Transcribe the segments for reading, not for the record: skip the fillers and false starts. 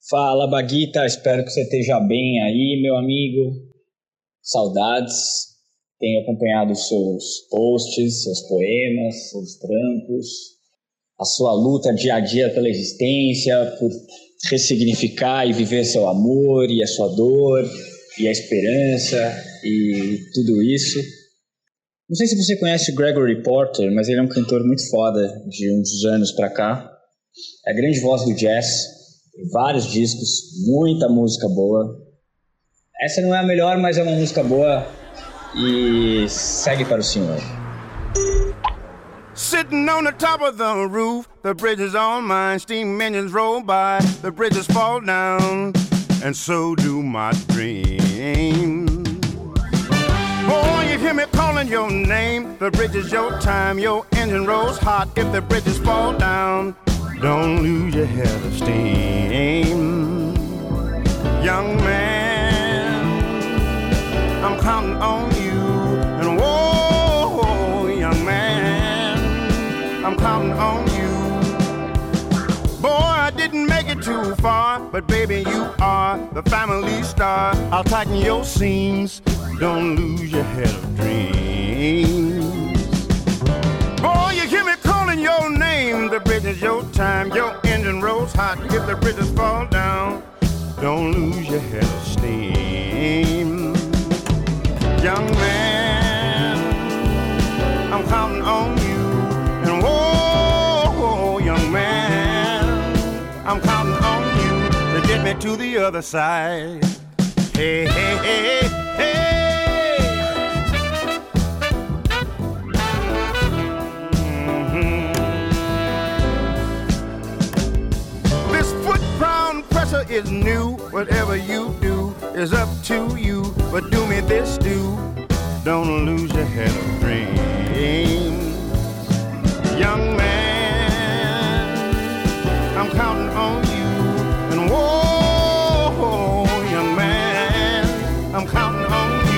Fala, Baguita, espero que você esteja bem aí, meu amigo. Saudades. Tenho acompanhado os seus posts, seus poemas, seus trampos, a sua luta dia a dia pela existência, por ressignificar e viver seu amor e a sua dor e a esperança e tudo isso. Não sei se você conhece o Gregory Porter, mas ele é um cantor muito foda de uns anos pra cá. É a grande voz do jazz. Vários discos, muita música boa. Essa não é a melhor, mas é uma música boa. E segue para o senhor. Sitting on the top of the roof, the bridge is on mine, steam engines roll by, the bridges fall down, and so do my dreams. Oh, you hear me calling your name, the bridge is your time, your engine rolls hot if the bridges fall down. Don't lose your head of steam. Young man, I'm counting on you. And whoa, young man, I'm counting on you. Boy, I didn't make it too far, but baby, you are the family star. I'll tighten your seams. Don't lose your head of dreams. Boy, you hear me calling your name. The bridge is your time, your engine rolls hot. If the bridges fall down, don't lose your head of steam. Young man, I'm counting on you. And whoa, young man, I'm counting on you to get me to the other side. Hey, hey, hey, hey. Is new, whatever you do is up to you, but do me this do, don't lose your head of dreams. Young man, I'm counting on you, and whoa, young man, I'm counting on you.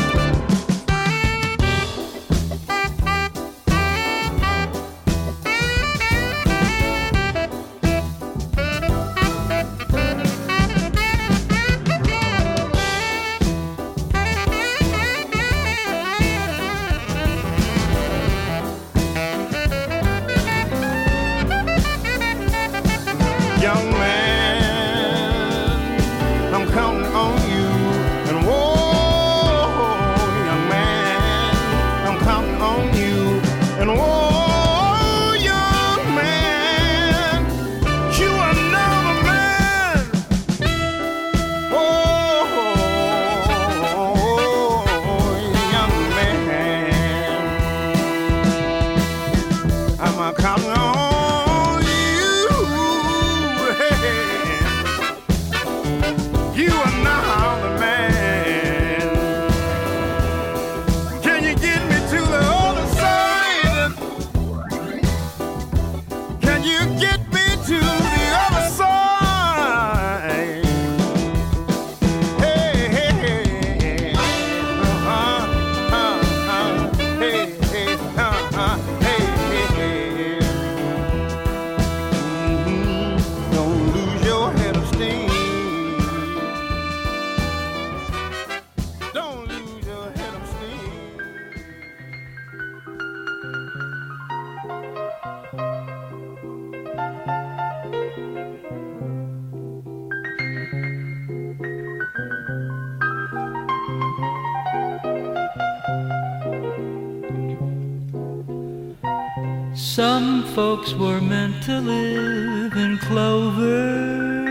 Some folks were meant to live in clover,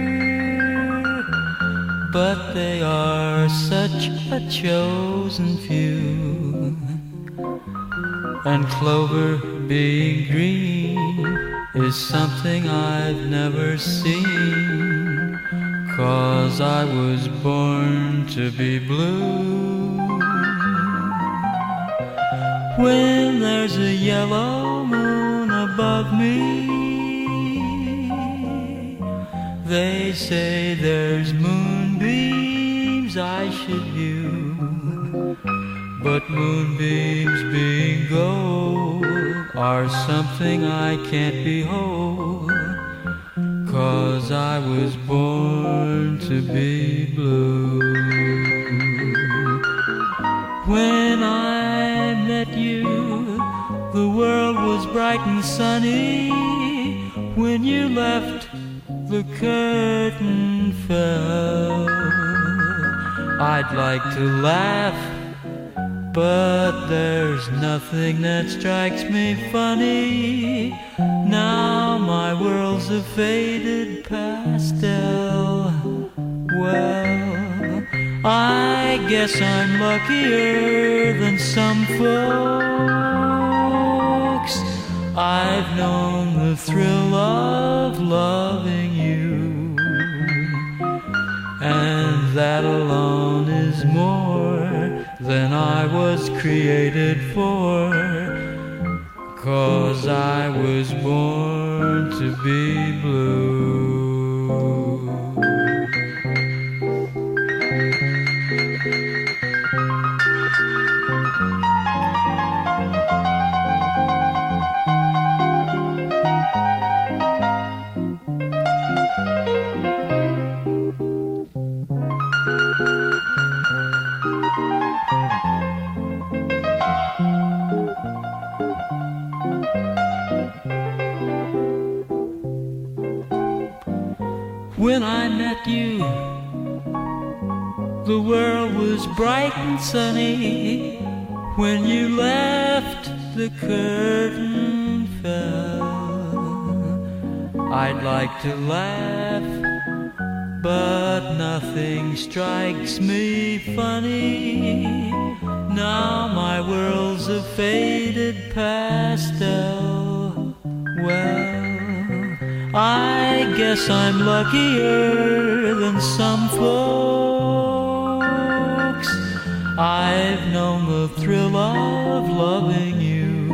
but they are such a chosen few. And clover being green is something I've never seen, 'cause I was born to be blue. When there's a yellow moon above me, they say there's moonbeams I should view. But moonbeams being gold are something I can't behold, 'cause 'cause I was born to be blue. When I met you, the world was bright and sunny. When you left, the curtain fell. I'd like to laugh, but there's nothing that strikes me funny. Now my world's a faded pastel. Well, I guess I'm luckier than some folks. I've known the thrill of loving you, and that alone is more than I was created for, 'cause I was born to be blue. When I met you, the world was bright and sunny. When you left, the curtain fell. I'd like to laugh, but nothing strikes me funny. Now my world's a faded pastel. Well, I guess I'm luckier than some folks. I've known the thrill of loving you,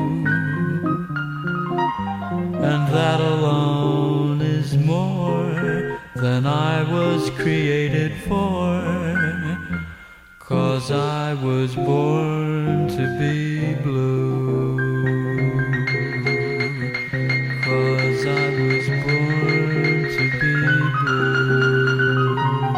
and that alone is more than I was created for, 'cause I was born to be blue. 'Cause I was born to be blue.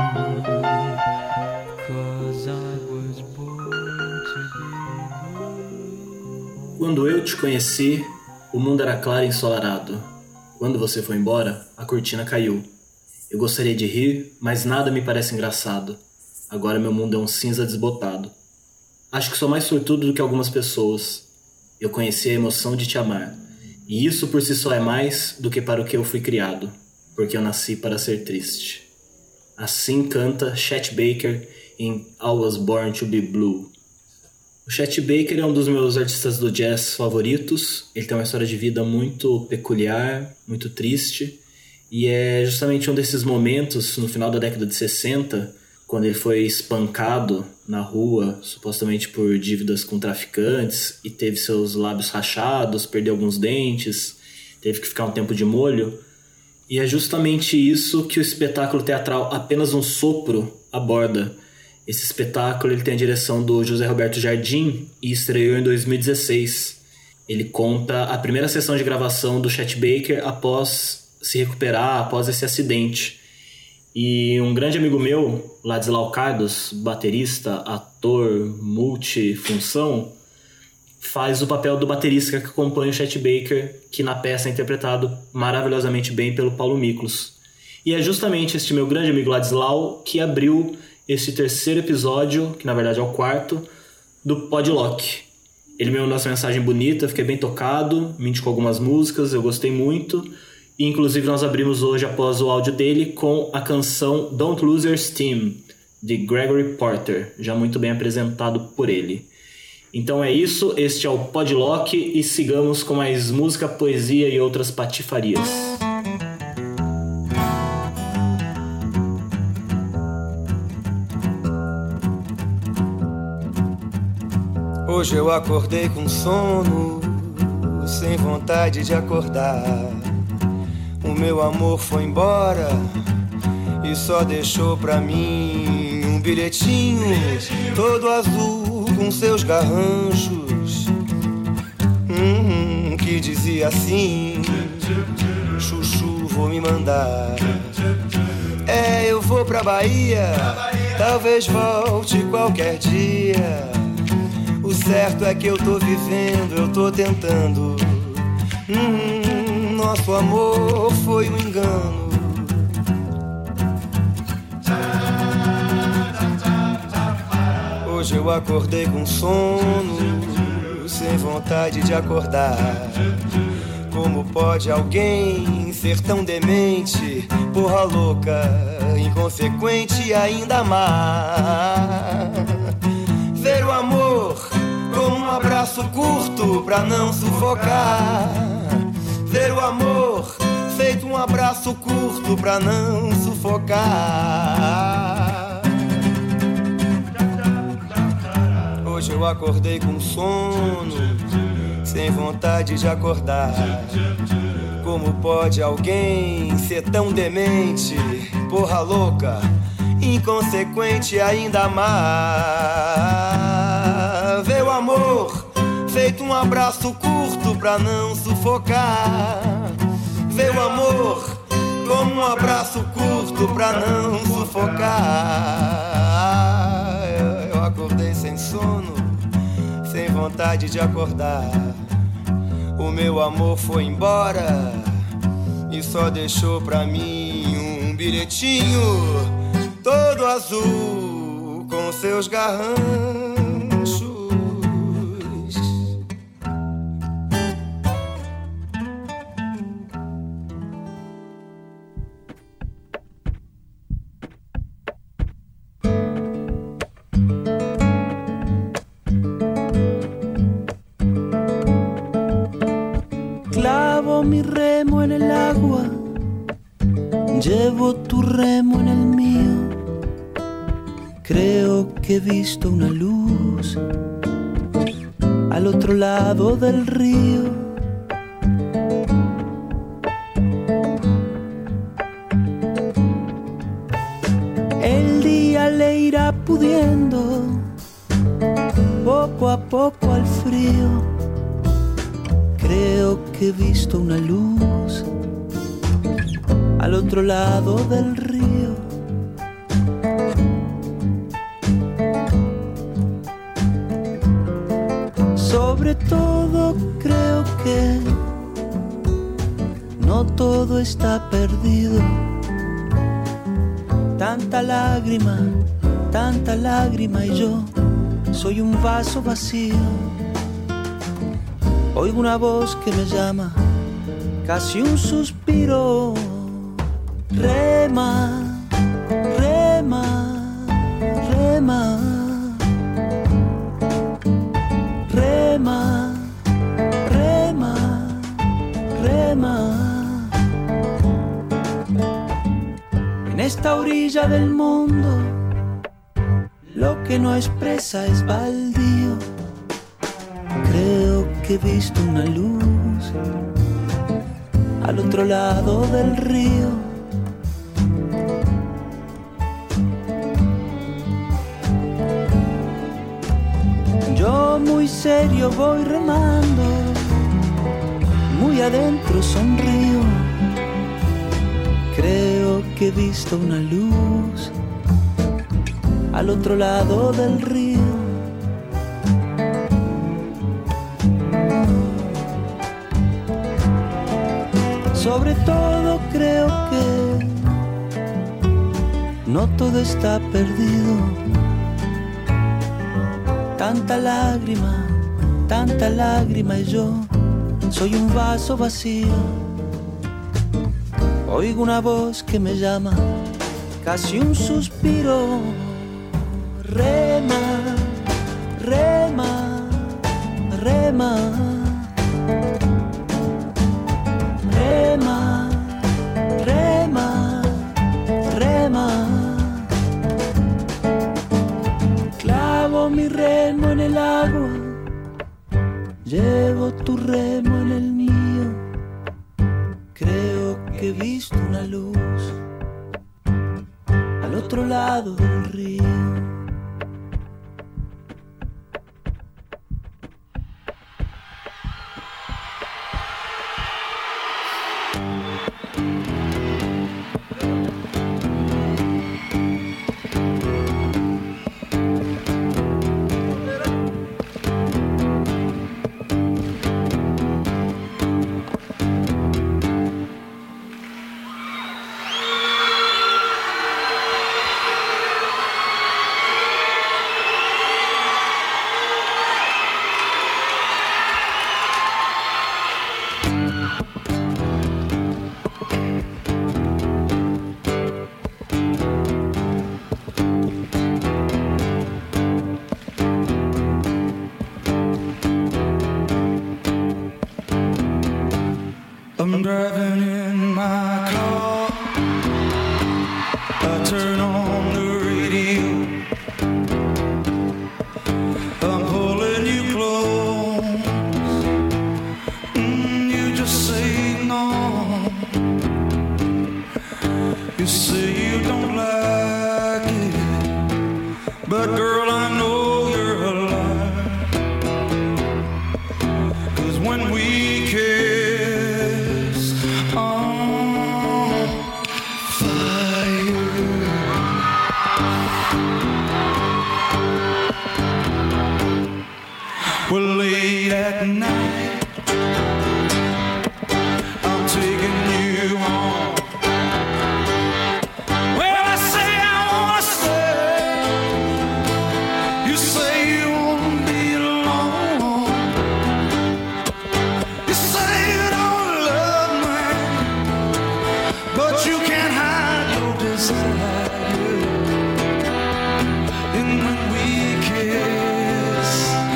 'Cause I was born to be blue. Quando eu te conheci, o mundo era claro e ensolarado. Quando você foi embora, a cortina caiu. Eu gostaria de rir, mas nada me parece engraçado. Agora meu mundo é um cinza desbotado. Acho que sou mais sortudo do que algumas pessoas. Eu conheci a emoção de te amar. E isso por si só é mais do que para o que eu fui criado, porque eu nasci para ser triste. Assim canta Chet Baker em I Was Born to Be Blue. O Chet Baker é um dos meus artistas do jazz favoritos. Ele tem uma história de vida muito peculiar, muito triste. E é justamente um desses momentos, no final da década de 60, quando ele foi espancado na rua, supostamente por dívidas com traficantes, e teve seus lábios rachados, perdeu alguns dentes, teve que ficar um tempo de molho. E é justamente isso que o espetáculo teatral Apenas um Sopro aborda. Esse espetáculo ele tem a direção do José Roberto Jardim e estreou em 2016. Ele conta a primeira sessão de gravação do Chet Baker após se recuperar, após esse acidente. E um grande amigo meu, Ladislau Cardos, baterista, ator, multifunção, faz o papel do baterista que acompanha o Chet Baker, que na peça é interpretado maravilhosamente bem pelo Paulo Miklos. E é justamente este meu grande amigo Ladislau que abriu esse terceiro episódio, que na verdade é o quarto, do Podlock. Ele me mandou essa mensagem bonita, fiquei bem tocado, me indicou algumas músicas, eu gostei muito. E, inclusive nós abrimos hoje, após o áudio dele, com a canção Don't Lose Your Steam, de Gregory Porter, já muito bem apresentado por ele. Então é isso, este é o Podlock e sigamos com mais música, poesia e outras patifarias. Hoje eu acordei com sono, sem vontade de acordar. O meu amor foi embora e só deixou pra mim um bilhetinho todo azul com seus garranchos, que dizia assim: chuchu, vou me mandar. vou pra Bahia, talvez volte qualquer dia. O certo é que eu tô vivendo, eu tô tentando. Nosso amor foi um engano. Hoje eu acordei com sono, sem vontade de acordar. Como pode alguém ser tão demente, porra louca, inconsequente e ainda amar? Ver o amor como um abraço curto pra não sufocar. Ver o amor feito um abraço curto pra não sufocar. Hoje eu acordei com sono, sem vontade de acordar. Como pode alguém ser tão demente, porra louca, inconsequente e ainda amar? Ver o amor feito um abraço curto pra não sufocar. Ver o amor como um abraço curto pra não sufocar. Eu acordei sem sono, sem vontade de acordar. O meu amor foi embora e só deixou pra mim um bilhetinho todo azul com seus garranchos. Clavo mi remo en el agua, llevo tu remo en el mío. Creo que he visto una luz al otro lado del río. El día le irá pudiendo poco a poco al frío. Creo que he visto una luz al otro lado del río. Sobre todo creo que no todo está perdido. Tanta lágrima y yo soy un vaso vacío. Oigo una voz que me llama, casi un suspiro. Rema, rema, rema. Rema, rema, rema. En esta orilla del mundo, lo que no expresa es baldío. Creo que he visto una luz al otro lado del río. Yo muy serio voy remando, muy adentro sonrío. Creo que he visto una luz al otro lado del río. Sobre todo creo que no todo está perdido. Tanta lágrima y yo soy un vaso vacío. Oigo una voz que me llama, casi un suspiro. Rema, rema, rema. Rema, rema, rema. Clavo mi remo en el agua, llevo tu remo en el mío. Creo que he visto una luz al otro lado del río. driving in my car, I turn on the radio, I'm pulling you close, you just say no, you say you don't like it, but girl I know you're a liar, 'cause when we kiss, on fire. Well, late at night, I'm taking you home. Well, I say I wanna stay. You say you won't be alone. You say you don't love me, but you can't hide your desire. And when we kiss,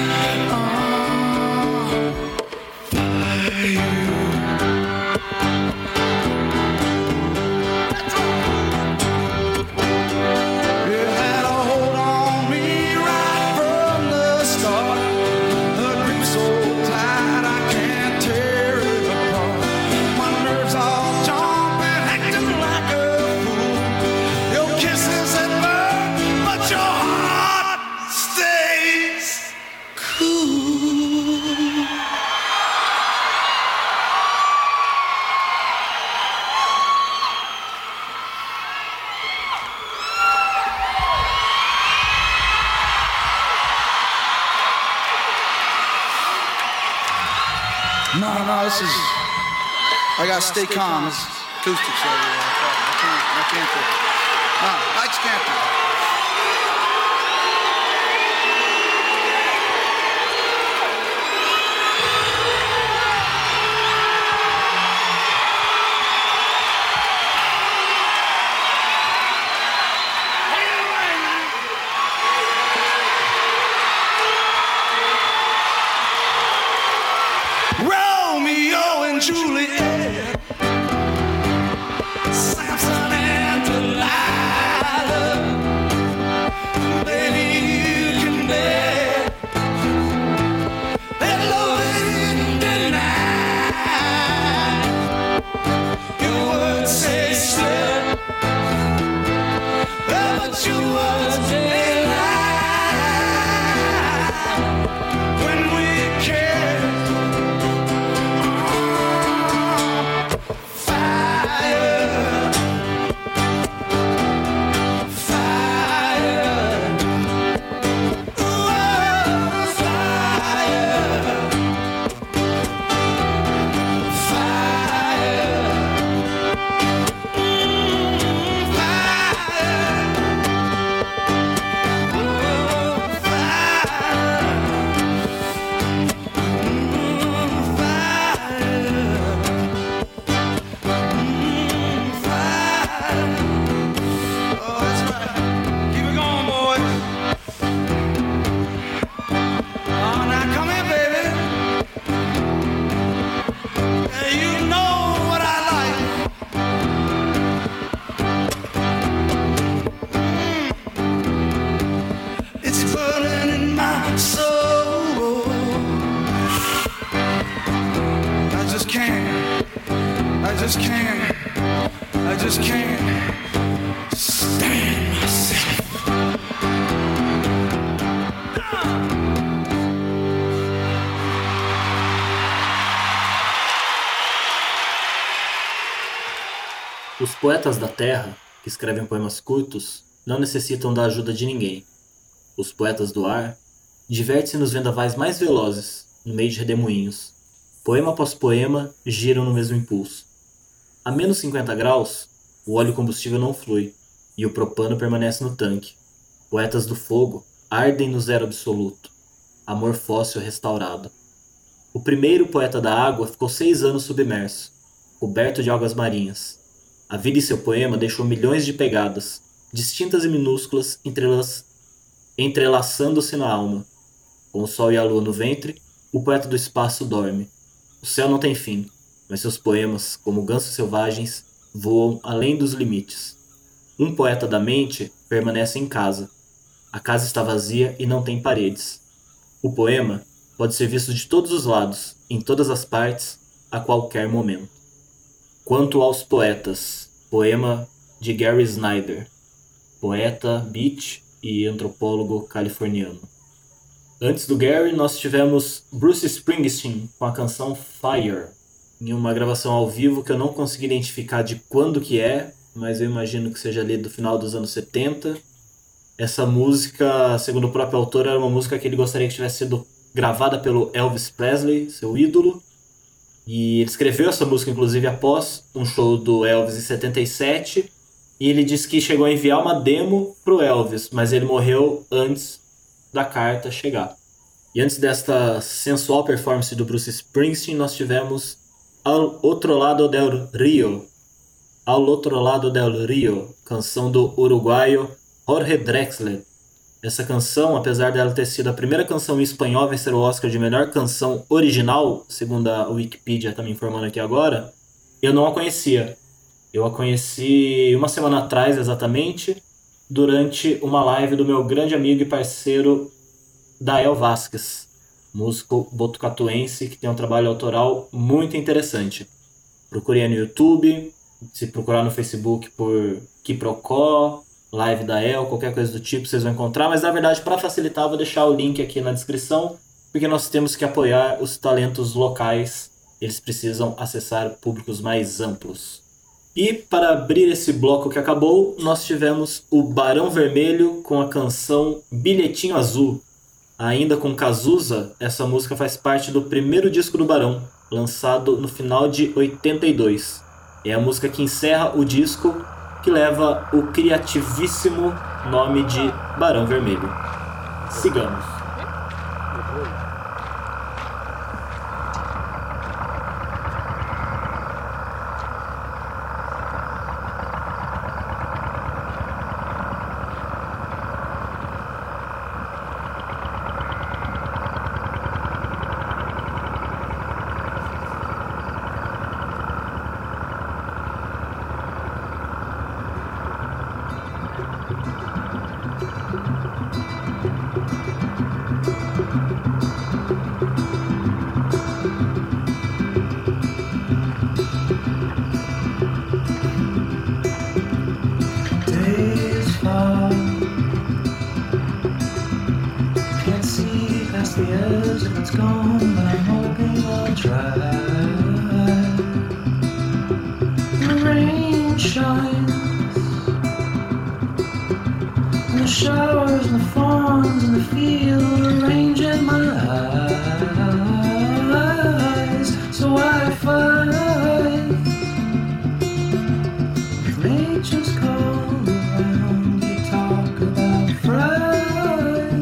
you had a hold on me right from the start, a grip so tight I can't tear it apart. My nerves all jumping, acting like a fool. Your kisses that burn, but your heart stays cool. No, this is. I gotta stay calm. This is acoustics everywhere. I can't do it. No, I just can't do it. Romeo and Juliet, Samson and Delilah, baby you can bet that love ain't denied. Your words say slip, but your words say lie. When we kiss, I just can't stand myself. Os poetas da terra, que escrevem poemas curtos, não necessitam da ajuda de ninguém. Os poetas do ar divertem-se nos vendavais mais velozes, no meio de redemoinhos. Poema após poema giram no mesmo impulso. A menos 50 graus, o óleo combustível não flui, e o propano permanece no tanque. Poetas do fogo ardem no zero absoluto. Amor fóssil restaurado. O primeiro poeta da água ficou 6 anos submerso, coberto de algas marinhas. A vida em seu poema deixou milhões de pegadas, distintas e minúsculas, entrelaçando-se na alma. Com o sol e a lua no ventre, o poeta do espaço dorme. O céu não tem fim. mas seus poemas, como gansos selvagens, voam além dos limites. Um poeta da mente permanece em casa. A casa está vazia e não tem paredes. O poema pode ser visto de todos os lados, em todas as partes, a qualquer momento. Quanto aos poetas, poema de Gary Snyder, poeta, beat e antropólogo californiano. Antes do Gary, nós tivemos Bruce Springsteen com a canção Fire, em uma gravação ao vivo que eu não consegui identificar de quando que é, mas eu imagino que seja ali do final dos anos 70. Essa música, segundo o próprio autor, era uma música que ele gostaria que tivesse sido gravada pelo Elvis Presley, seu ídolo. E ele escreveu essa música, inclusive, após um show do Elvis em 77. E ele disse que chegou a enviar uma demo pro Elvis, mas ele morreu antes da carta chegar. E antes desta sensual performance do Bruce Springsteen, nós tivemos Al Otro Lado del Rio. Al Otro Lado del Rio, canção do uruguaio Jorge Drexler. Essa canção, apesar dela ter sido a primeira canção em espanhol a vencer o Oscar de melhor canção original, segundo a Wikipedia está me informando aqui agora, eu não a conhecia. Eu a conheci uma semana atrás, exatamente, durante uma live do meu grande amigo e parceiro Dael Vasquez, músico botucatuense que tem um trabalho autoral muito interessante. Procure aí no YouTube, se procurar no Facebook por Quiprocó, live da El, qualquer coisa do tipo, vocês vão encontrar. Mas na verdade, para facilitar, eu vou deixar o link aqui na descrição, porque nós temos que apoiar os talentos locais. Eles precisam acessar públicos mais amplos. E para abrir esse bloco que acabou, nós tivemos o Barão Vermelho com a canção Bilhetinho Azul. Ainda com Cazuza, essa música faz parte do primeiro disco do Barão, lançado no final de 82. É a música que encerra o disco, que leva o criativíssimo nome de Barão Vermelho. Sigamos. It's gone, but I'm hoping I'll try. The rain shines, and the showers and the fawns in the field arrange in my eyes. So I fight if nature's call around. You talk about fright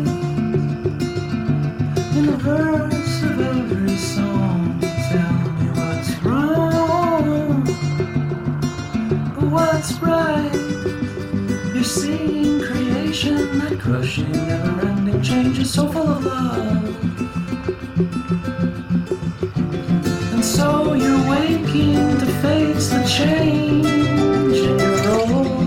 in the verse of every song. You tell me what's wrong, but what's right. You're seeing creation, that crushing, never-ending change is so full of love. And so you're waking to face the change in your role.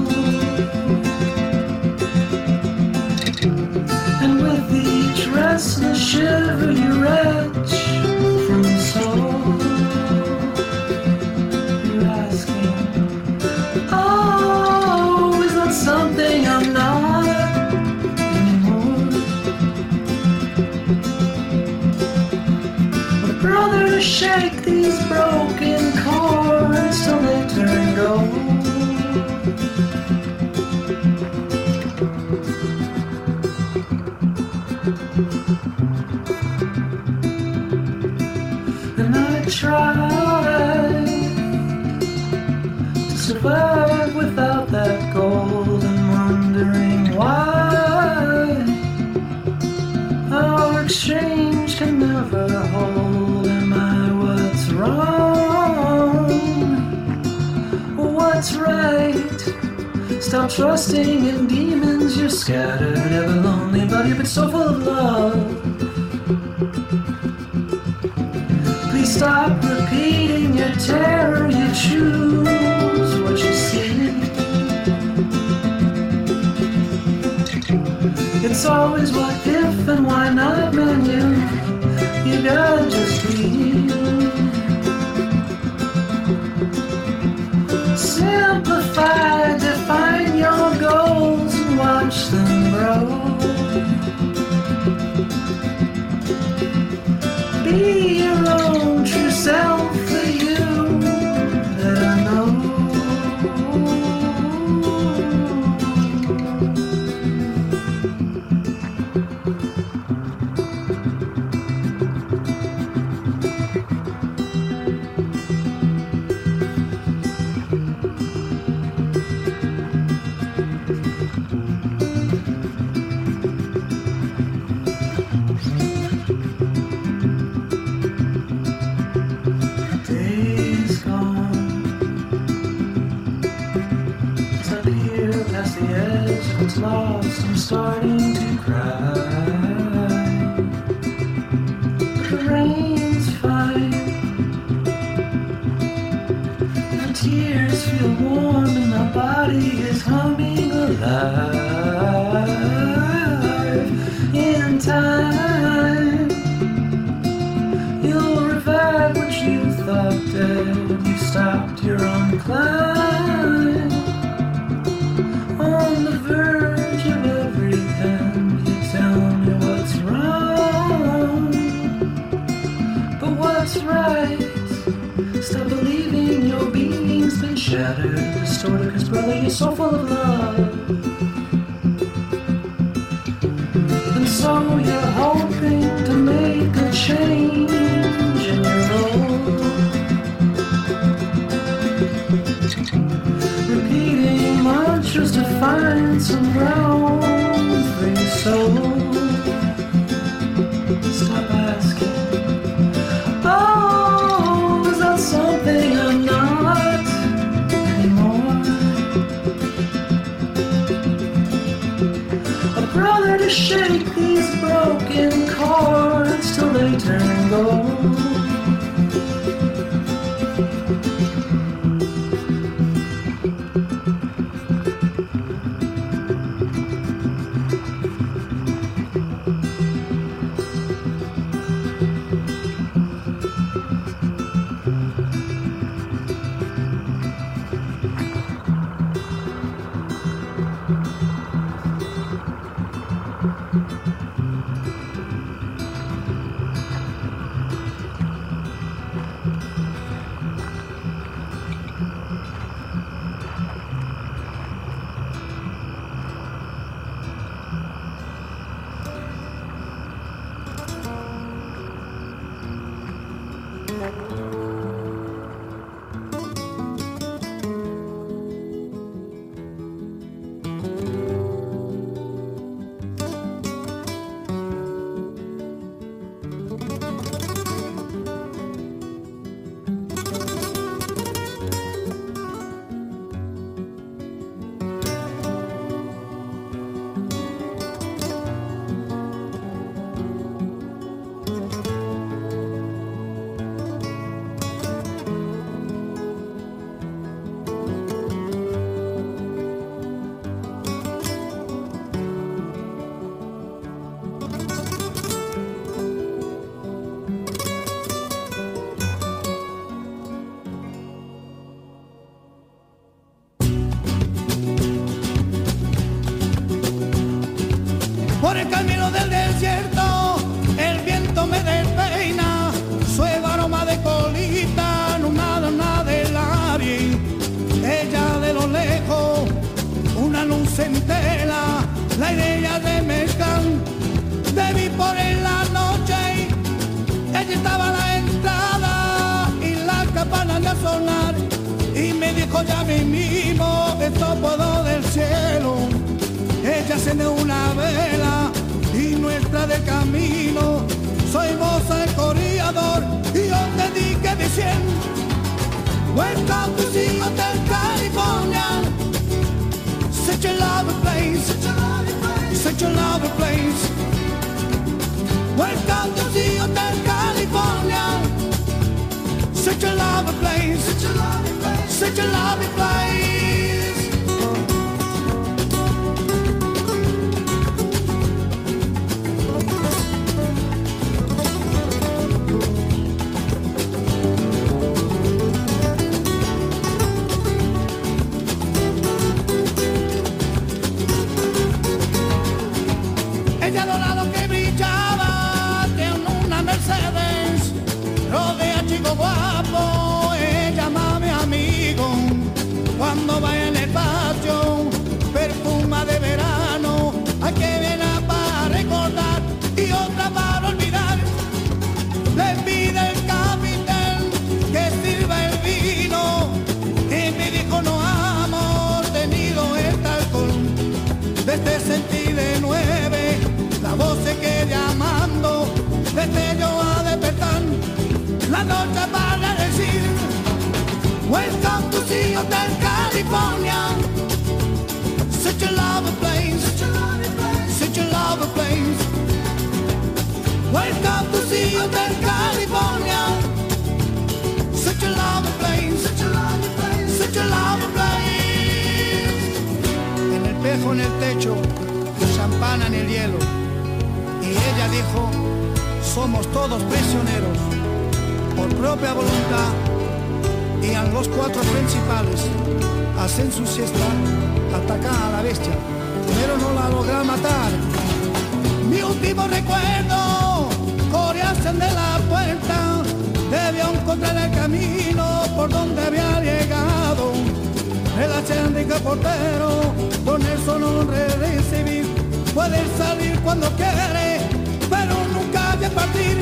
And with each restless shiver you retch from the soul. You're asking, oh, is that something I'm not anymore? But brother, shake these broken chords till they turn gold. And I try to survive without that gold, and wondering why our exchange can never hold. Am I what's wrong? What's right? Stop trusting in demons. You're scattered, ever lonely, buddy, but so full of love. Please stop repeating your terror, you choose what you see. It's always what if and why not, man, you gotta just be. Simplify, define your goals and watch them grow. Be your own true self, for you that I know. Lost, I'm starting to cry. The rain's fine. My tears feel warm and my body is humming alive. In time, you'll revive what you thought dead. You stopped your own climb. On the verge of everything, you tell me what's wrong, but what's right? Stop believing your being's been shattered, distorted, 'cause brother, you're so full of love. And so you're hoping to make a change in your role, repeating mantras to find some ground for your soul. Stop asking, oh, is that something I'm not anymore? A brother to shake these broken chords till they turn gold. Por el camino del desierto, el viento me despeina, suave aroma de colita, no nada del aire. Ella de lo lejos, una luz en tela, la idea de mezcal, te vi por en la noche, ella estaba a la entrada y la campana de sonar, y me dijo ya mismo, esto puedo del cielo. Ella enciende una vela y nuestra de camino. Soy vos el corredor y yo te dije diciendo, welcome to the Hotel California. Such a lovely place, such a lovely place. Welcome to the Hotel California. such a lovely place, such a lovely place, such a lovely place. Ella dorado que brillaba en una Mercedes, rodea chico guapo, ella ama a mi amigo. Cuando va en el patio, perfuma de verano, hay que viene para recordar y otra para olvidar. Le pide el capitán que sirva el vino y me dijo no hemos tenido el alcohol. Desde sentí de 9 la voz se queda llamando, desde yo a despertar la noche para decir welcome to the Hotel California, such a lovely place, such a lovely place, such a lovely place. Welcome to the Hotel California, such a lovely place, such a lovely place, such a lovely place. En el espejo en el techo, champán en el hielo. Y ella dijo, somos todos prisioneros, por propia voluntad. Y a los 4 principales hacen su siesta, atacan a la bestia, pero no la logran matar. Mi último recuerdo, corearse de la puerta, debió encontrar el camino por donde había llegado. El acéndico portero, con el solo recibir, puede salir cuando quiere, pero nunca de partir.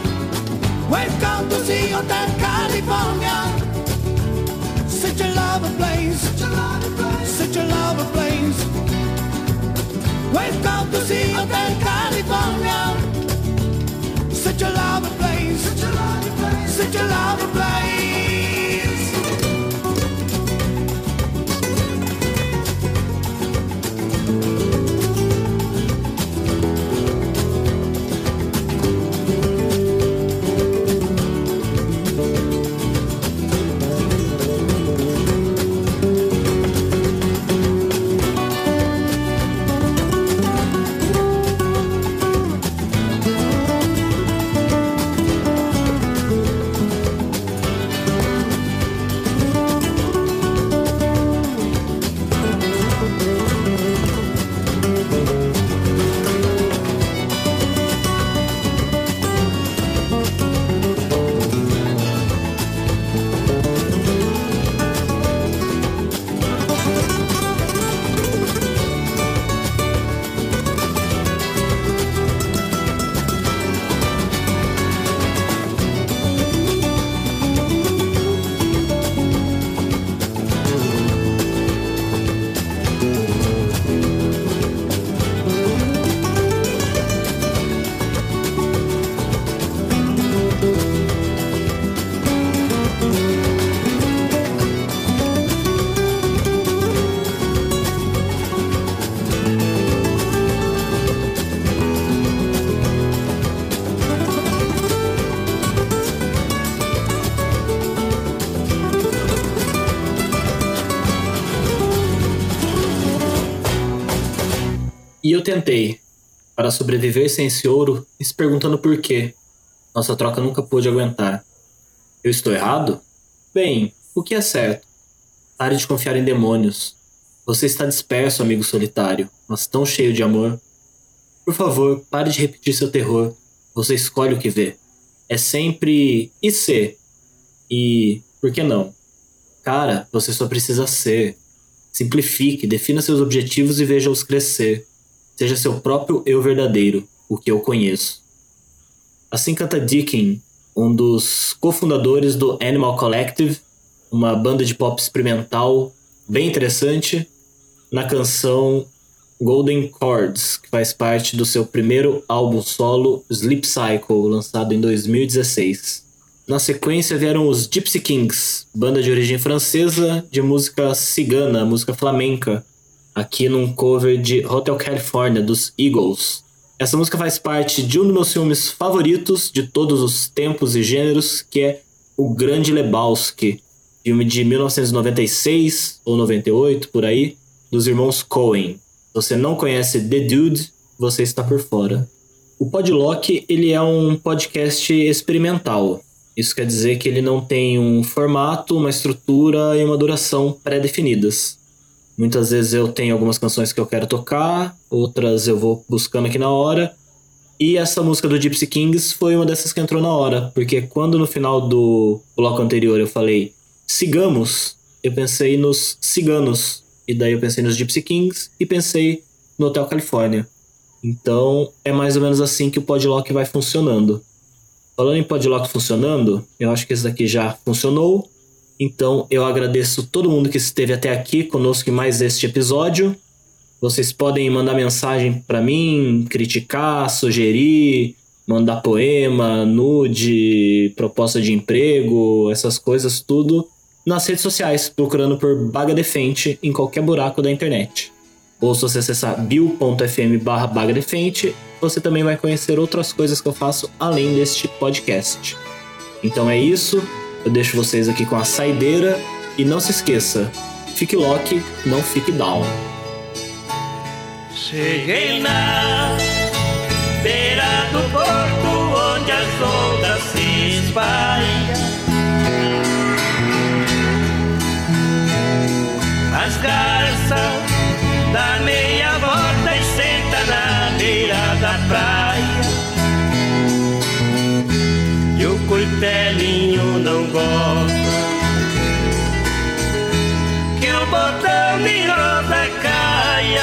Welcome to the Hotel California, such a lovely place, such a lovely place, such a lovely place. Welcome to the Hotel California, such a lovely place, such a lovely place, such a lovely place. E eu tentei, para sobreviver sem esse ouro e se perguntando por quê. Nossa troca nunca pôde aguentar. Eu estou errado? Bem, o que é certo? Pare de confiar em demônios. Você está disperso, amigo solitário, mas tão cheio de amor. Por favor, pare de repetir seu terror. Você escolhe o que vê. É sempre e ser. E por que não? Cara, você só precisa ser. Simplifique, defina seus objetivos e veja-os crescer. Seja seu próprio eu verdadeiro, o que eu conheço. Assim canta Deakin, um dos cofundadores do Animal Collective, uma banda de pop experimental bem interessante, na canção Golden Chords, que faz parte do seu primeiro álbum solo, Sleep Cycle, lançado em 2016. Na sequência vieram os Gypsy Kings, banda de origem francesa de música cigana, música flamenca, aqui num cover de Hotel California, dos Eagles. Essa música faz parte de um dos meus filmes favoritos de todos os tempos e gêneros, que é O Grande Lebowski, filme de 1996 ou 98, por aí, dos irmãos Coen. Se você não conhece The Dude, você está por fora. O Podlock, ele é um podcast experimental. Isso quer dizer que ele não tem um formato, uma estrutura e uma duração pré-definidas. Muitas vezes eu tenho algumas canções que eu quero tocar, outras eu vou buscando aqui na hora. E essa música do Gypsy Kings foi uma dessas que entrou na hora, porque quando no final do bloco anterior eu falei sigamos, eu pensei nos ciganos, e daí eu pensei nos Gypsy Kings e pensei no Hotel California. Então é mais ou menos assim que o Podlock vai funcionando. Falando em Podlock funcionando, eu acho que esse daqui já funcionou. Então eu agradeço todo mundo que esteve até aqui conosco em mais este episódio. Vocês podem mandar mensagem pra mim, criticar, sugerir, mandar poema, nude, proposta de emprego, essas coisas tudo nas redes sociais, procurando por Baga Defente em qualquer buraco da internet. Ou se você acessar bio.fm/bagadefente, você também vai conhecer outras coisas que eu faço além deste podcast. Então é isso, eu deixo vocês aqui com a saideira e não se esqueça, fique lock, não fique down. Cheguei na beira do porto onde as ondas se espalham. As garças dá meia volta e senta na beira da praia. E o coitelinho não gosta que o botão de rosa caia.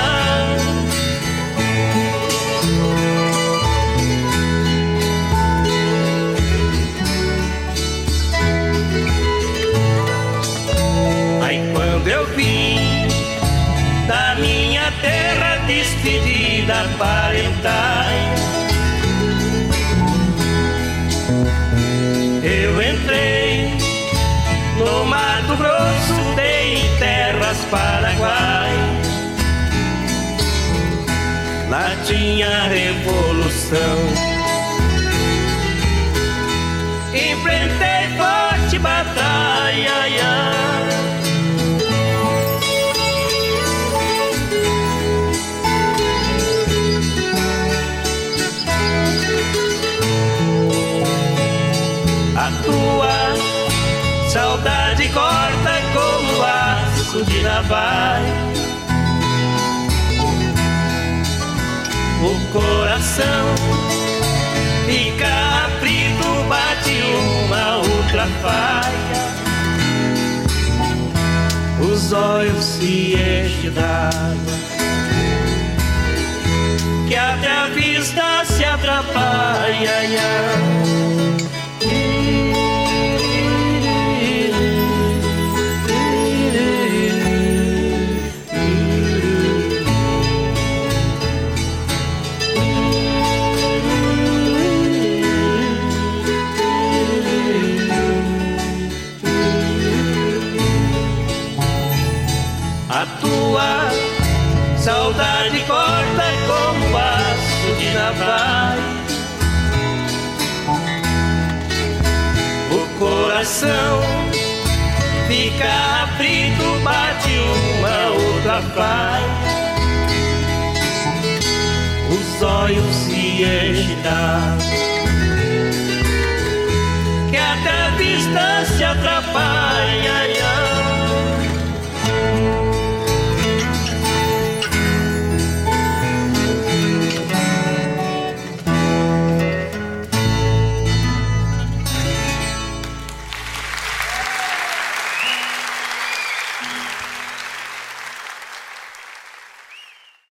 Aí quando eu vim da minha terra despedida parentais, eu entrei no Mato Grosso, dei em terras Paraguai. Lá tinha revolução, enfrentei forte batalha. A tua saudade corta como laço de navalha. O coração fica aflito, bate uma outra falha. Os olhos se enchem d'água, que até a vista se atrapalha. A tua saudade corta como aço de navalha. O coração fica aflito, bate uma outra falha. Os olhos se enchem d'água, que até a vista se atrapalha.